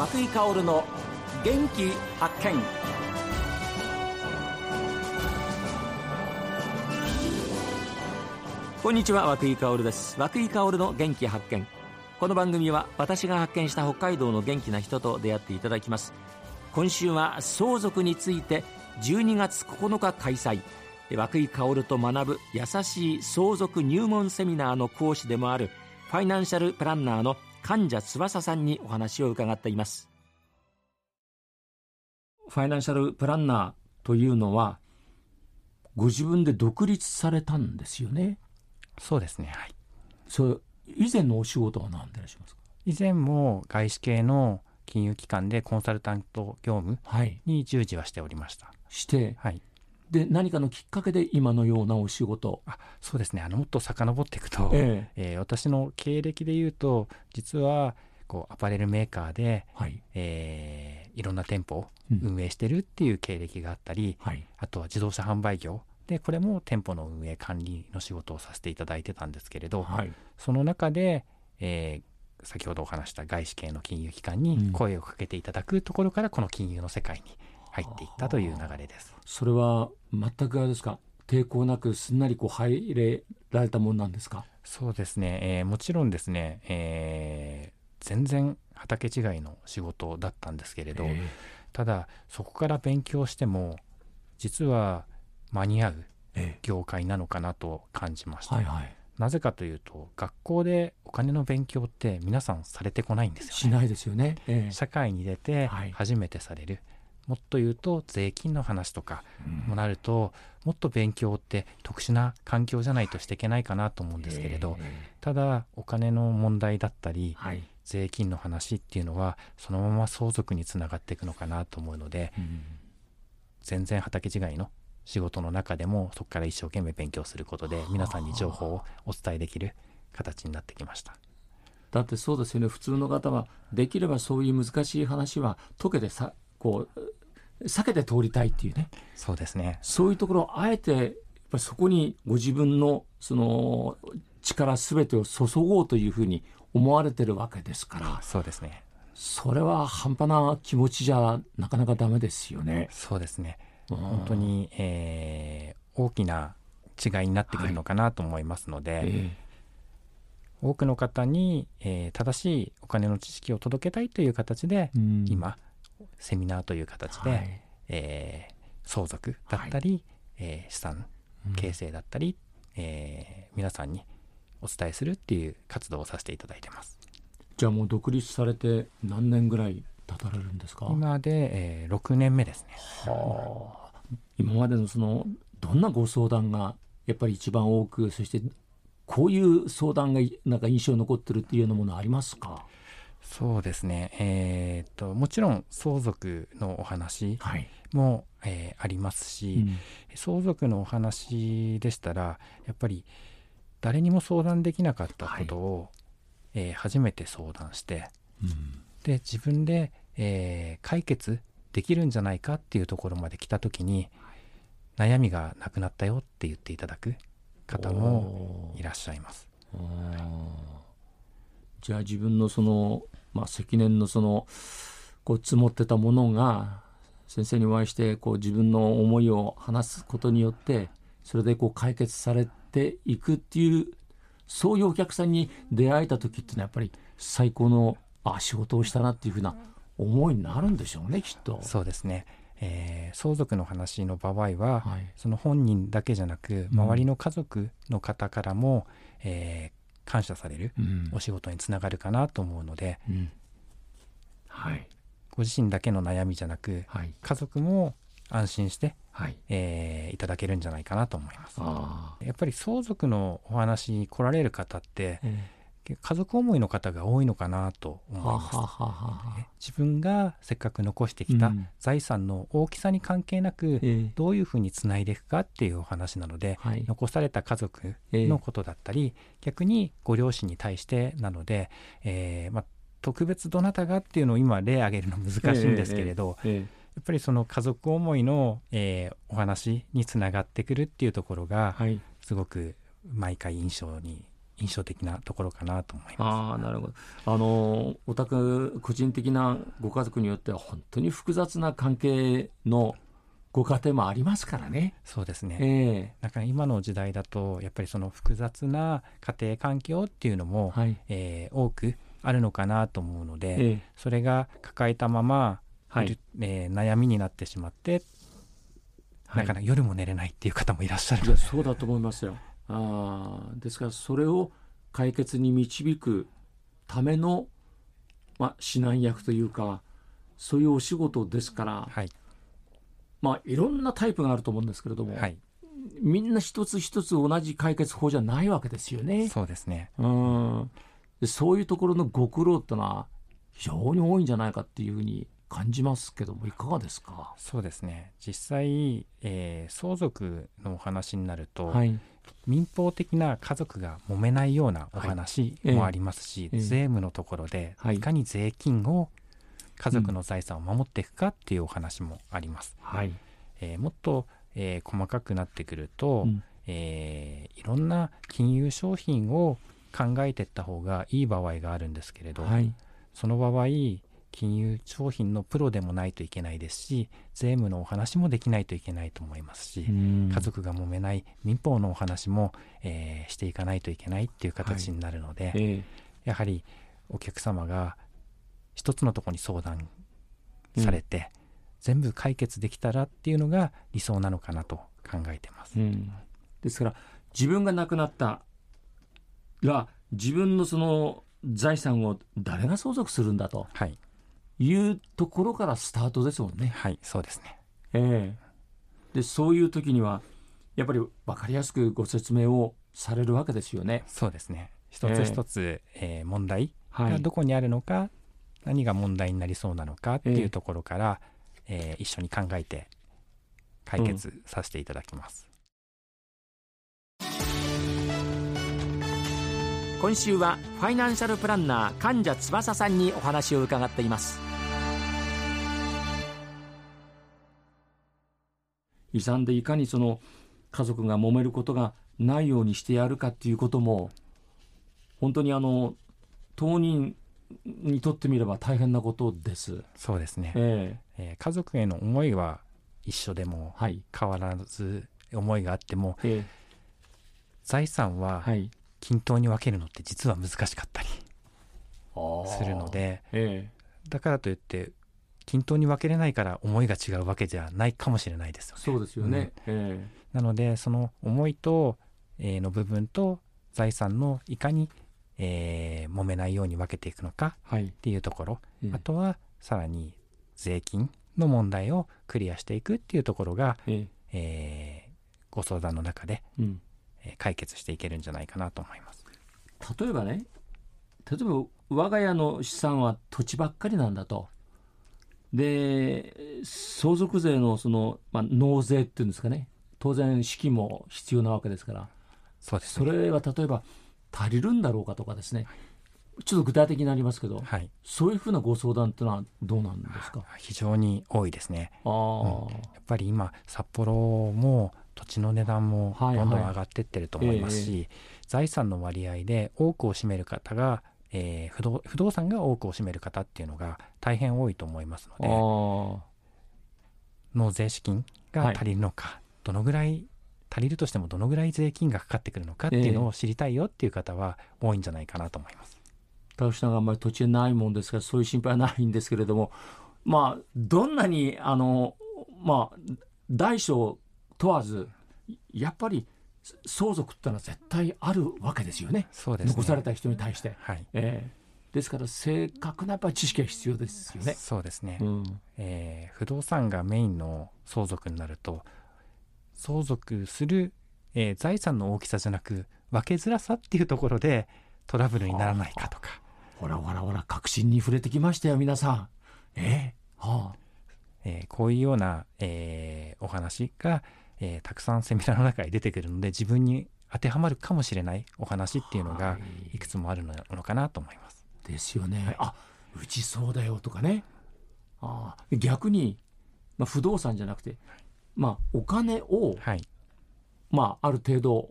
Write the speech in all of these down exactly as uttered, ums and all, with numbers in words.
松井香織の元気発見。こんにちは、松井香織です。松井香織の元気発見。この番組は私が発見した北海道の元気な人と出会っていただきます。今週は相続についてじゅうにがつここのか開催、松井香織と学ぶ優しい相続入門セミナーの講師でもあるファイナンシャルプランナーの神谷翼さんにお話を伺っています。ファイナンシャルプランナーというのはご自分で独立されたんですよね。 そうですね、はい。 そう以前のお仕事は何でいらっしゃいますか？ 以前も外資系の金融機関でコンサルタント業務に従事はしておりました。 して、 はい、 で何かのきっかけで今のようなお仕事。 あ、そうですね。あのもっと遡っていくと、 えええー私の経歴でいうと、実はこうアパレルメーカーで、 はいえーいろんな店舗をうん運営してるっていう経歴があったり、 はいあとは自動車販売業で、これも店舗の運営管理の仕事をさせていただいてたんですけれど、 はいその中で、えー先ほどお話した外資系の金融機関に声をかけていただくところから、この金融の世界に入っていったという流れです。 それは全くあれですか、抵抗なくすんなりこう入れられたものなんですか？ そうですね、えーもちろんですね、えー全然畑違いの仕事だったんですけれど、 えただそこから勉強しても実は間に合うええ業界なのかなと感じました。 はいはい、 なぜかというと、学校でお金の勉強って皆さんされてこないんですよね。 しないですよね。ええ社会に出てはい初めてされる、もっと言うと税金の話とかうんもなると、もっと勉強って特殊な環境じゃないとしていけないかなと思うんですけれど、 えただお金の問題だったりえはい税金の話っていうのはそのまま相続につながっていくのかなと思うので、 うん全然畑違いの仕事の中でもそこから一生懸命勉強することで皆さんに情報をお伝えできる形になってきました。 だってそうですよね。普通の方はできればそういう難しい話は解けてさこう避けて通りたいっていうね、 そうですね。 そういうところをあえてやっぱりそこにご自分のその力すべてを注ごうというふうに思われてるわけですから、 そうですね。 それは半端な気持ちじゃなかなかダメですよね。 そうですね。 うん本当に、えー大きな違いになってくるのかなと思いますので、 え多くの方に、えー正しいお金の知識を届けたいという形で、 えうん今セミナーという形で、 はいえー相続だったり、えー資産形成だったり、えー皆さんにお伝えするっていう活動をさせていただいてます。 じゃあもう独立されて何年ぐらい経たれるんですか？ 今で、えーろくねんめですね。 はあ、今までのそのどんなご相談がやっぱり一番多く、そしてこういう相談がなんか印象に残ってるっていうようなものありますか？ そうですね、えーっともちろん相続のお話はい、 も、えーありますし、 うん相続のお話でしたらやっぱり誰にも相談できなかったことを、えー初めて相談して、 うんで自分で、えー解決できるんじゃないかっていうところまで来た時に、悩みがなくなったよって言っていただく方もいらっしゃいます。 あーじゃあ自分のその、まあ、積年のそのこう積もってたものが先生にお会いしてこう自分の思いを話すことによってそれでこう解決されていくっていう、そういうお客さんに出会えた時っていうのはやっぱり最高のあ仕事をしたなっていうふうな思いになるんでしょうね、きっと。 そうですね、えー相続の話の場合は、 はいその本人だけじゃなく周りの家族の方からも、えー感謝されるうんお仕事につながるかなと思うので、 うんはいご自身だけの悩みじゃなくはい家族も安心して、 はいえーいただけるんじゃないかなと思います。 あやっぱり相続のお話に来られる方ってーえ家族思いの方が多いのかなとー思います。 ははははえ自分がせっかく残してきたうん財産の大きさに関係なく、 えーどういうふうにつないでいくかっていうお話なので、 はい残された家族のことだったり、逆にご両親に対してなので、えーまあ、特別どなたがっていうのを今例挙げるの難しいんですけれど、 えーえーえやっぱりその家族思いの、えーお話につながってくるっていうところが、 ーはいすごく毎回印象に印象的なところかなと思います。 ああ、なるほど。あのお宅個人的なご家族によっては本当に複雑な関係のご家庭もありますからね。 そうですね、 えだから今の時代だとやっぱりその複雑な家庭環境っていうのも、 ーはいえー多くあるのかなと思うので、 えーそれが抱えたまま、 はいいるえー悩みになってしまって、 はいなかなか夜も寝れないっていう方もいらっしゃるいので、 やそうだと思いますよ。あーですからそれを解決に導くための、まあ、指南役というかそういうお仕事ですから、 はいまあ、いろんなタイプがあると思うんですけれども、 はいみんな一つ一つ同じ解決法じゃないわけですよね。 そうですね。 うんでそういうところのご苦労ってのは非常に多いんじゃないかっていうふうに感じますけども、いかがですか？ そうですね、実際、えー相続のお話になると、 はい民法的な家族が揉めないようなお話もありますし、 ええ税務のところではいいかに税金を家族の財産を守っていくかっていうお話もあります。 はいえーもっと、えー細かくなってくると、 うんえーいろんな金融商品を考えていった方がいい場合があるんですけれど、 はいその場合金融商品のプロでもないといけないですし、税務のお話もできないといけないと思いますし、 うん家族が揉めない民法のお話も、えーしていかないといけないっていう形になるので、 ええやはりお客様が一つのところに相談されて、全部解決できたらっていうのが理想なのかなと考えてます。 うんですから自分が亡くなったら自分のその財産を誰が相続するんだとはいいうところからスタートですもんね。 はいそうですね。 ええでそういう時にはやっぱり分かりやすくご説明をされるわけですよね。 そうですね。一つ一つ、えー問題はいがどこにあるのか、何が問題になりそうなのかっていうところから、えー一緒に考えて解決させていただきます。 今週はファイナンシャルプランナー神谷翼さんにお話を伺っています。遺産でいかにその家族が揉めることがないようにしてやるかっていうことも本当にあの当人にとってみれば大変なことです。 そうですね、 ええー家族への思いは一緒でもえはい変わらず思いがあっても、 ええ財産ははい均等に分けるのって実は難しかったりああするので、 えだからといって均等に分けれないから思いが違うわけじゃないかもしれないですよね。 えそうですよね。えなのでその思いと、えーの部分と財産のいかに、えー揉めないように分けていくのかえはいっていうところ、 ええあとはさらに税金の問題をクリアしていくっていうところが、 ええーご相談の中で、 えうんえー解決していけるんじゃないかなと思います。 例えばね例えば我が家の資産は土地ばっかりなんだと。で相続税のその、まあ、納税っていうんですかね、当然資金も必要なわけですから、 そうですね。 それは例えば足りるんだろうかとかですね、ちょっと具体的になりますけど、 はい、 そういうふうなご相談ってのはどうなんですか？ 非常に多いですね。 あー、 やっぱり今札幌も土地の値段もはいはいどんどん上がってってると思いますし、財産の割合で多くを占める方が、えー不動不動産が多くを占める方っていうのが大変多いと思いますあのーで、納税資金が足りるのか、どのぐらい足りるとしてもどのぐらい税金がかかってくるのかっていうのを知りたいよっていう方は多いんじゃないかなと思います。 私なんかあんまり土地ないもんですからそういう心配はないんですけれども、まあどんなにあのまあ大小問わずやっぱり相続ってのは絶対あるわけですよね。 そうですね。 残された人に対して、 はい、 ええですから正確なやっぱり知識が必要ですよね。 そうですね、 うんえー不動産がメインの相続になると相続する、えー財産の大きさじゃなく分けづらさっていうところでトラブルにならないかとか、 ほらほらほら確信に触れてきましたよ皆さん。ええはあえーこういうような、えーお話が、えーたくさんセミナーの中に出てくるので自分に当てはまるかもしれないお話っていうのがいくつもあるののかなと思います。 ですよね。あ、うちそうだよとかね。あ逆に、まあ、不動産じゃなくて、まあ、お金を、 はい、 まあ、ある程度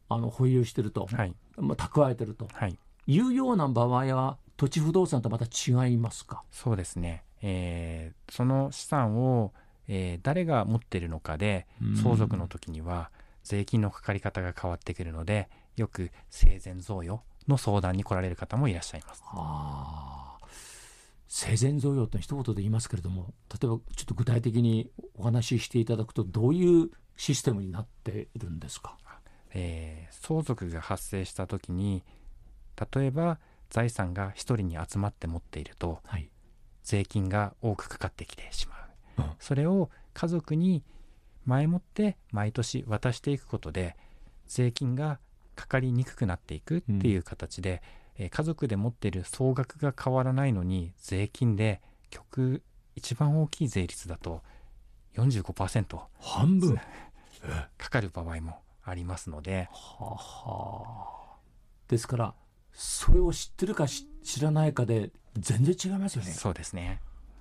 あの保有してると、 はい、 まあ、蓄えてると、 はい、 いうような場合は土地不動産とまた違いますか？ そうですね、えー、その資産を、えー、誰が持っているのかで相続の時には税金のかかり方が変わってくるので、よく生前贈与の相談に来られる方もいらっしゃいます。 あ、生前贈与って一言で言いますけれども、例えばちょっと具体的にお話ししていただくとどういうシステムになっているんですか？ えー、相続が発生した時に、例えば財産が一人に集まって持っていると、はい、税金が多くかかってきてしまう、うん、それを家族に前もって毎年渡していくことで税金がかかりにくくなっていくっていう形で、うん、えー、家族で持っている総額が変わらないのに税金で極一番大きい税率だと よんじゅうごパーセント半分かかる場合もありますので、 はは、ですからそれを知ってるか知らないかで全然違いますよね。 そうですね。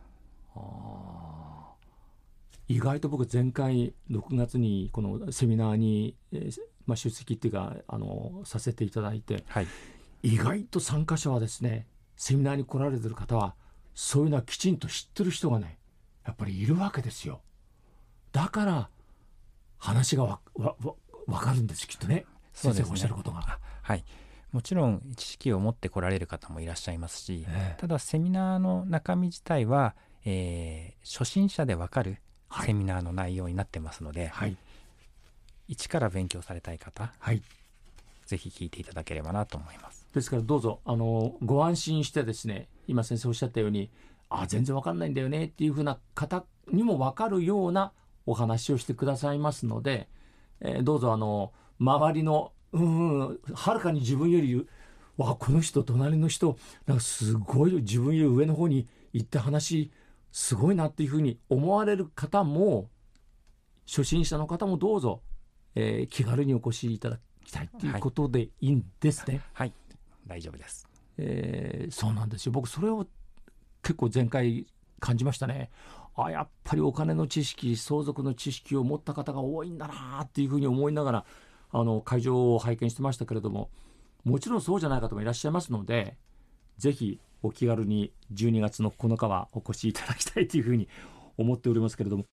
あ、意外と僕前回ろくがつにこのセミナーに、えーまあ、出席っていうかあのさせていただいて、はい、意外と参加者はですね、セミナーに来られてる方はそういうのはきちんと知ってる人がねやっぱりいるわけですよ。だから話がわわわ分かるんですきっとね。先生がおっしゃることが、 はい、もちろん知識を持って来られる方もいらっしゃいますし、えー、ただセミナーの中身自体は、えー、初心者で分かるセミナーの内容になってますので、はい、一から勉強されたい方、はい、ぜひ聞いていただければなと思います。 ですからどうぞあのご安心してですね、今先生おっしゃったようにあ全然分かんないんだよねっていうふうな方にも分かるようなお話をしてくださいますので、えー、どうぞあの周りのうんはるかに自分よりわこの人隣の人なんかすごい自分より上の方に行って話すごいなっていうふうに思われる方も、初心者の方もどうぞ、えー、気軽にお越しいただきたいということでいいんですね。 はい、はい、大丈夫です、 えー、そうなんですよ。僕それを結構前回感じましたね。あやっぱりお金の知識、相続の知識を持った方が多いんだなっていうふうに思いながらあの会場を拝見してましたけれども、もちろんそうじゃない方もいらっしゃいますので、ぜひお気軽にじゅうにがつのここのかはお越しいただきたいというふうに思っておりますけれども、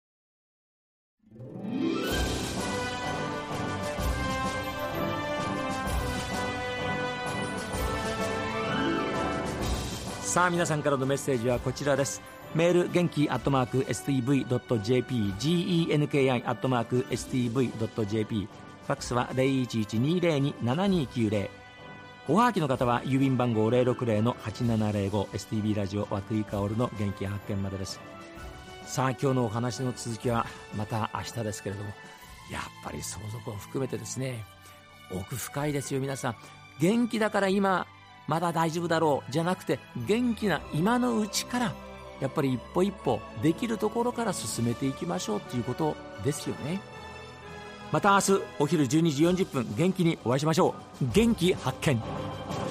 さあ皆さんからのメッセージはこちらです。メール元気アットマーク エスティーブイドットジェーピー genki アットマーク エスティーブイドットジェーピー、 ファックスは ゼロいちいちにゼロにななにきゅうゼロ、おはがきの方は郵便番号 ゼロろくゼロのはちななゼロご エスティービー ラジオ和久井薫の元気発見までです。さあ今日のお話の続きはまた明日ですけれども、やっぱり相続を含めてですね、奥深いですよ。皆さん元気だから今まだ大丈夫だろうじゃなくて、元気な今のうちからやっぱり一歩一歩できるところから進めていきましょうということですよね。また明日お昼じゅうにじよんじゅっぷん元気にお会いしましょう。元気発見。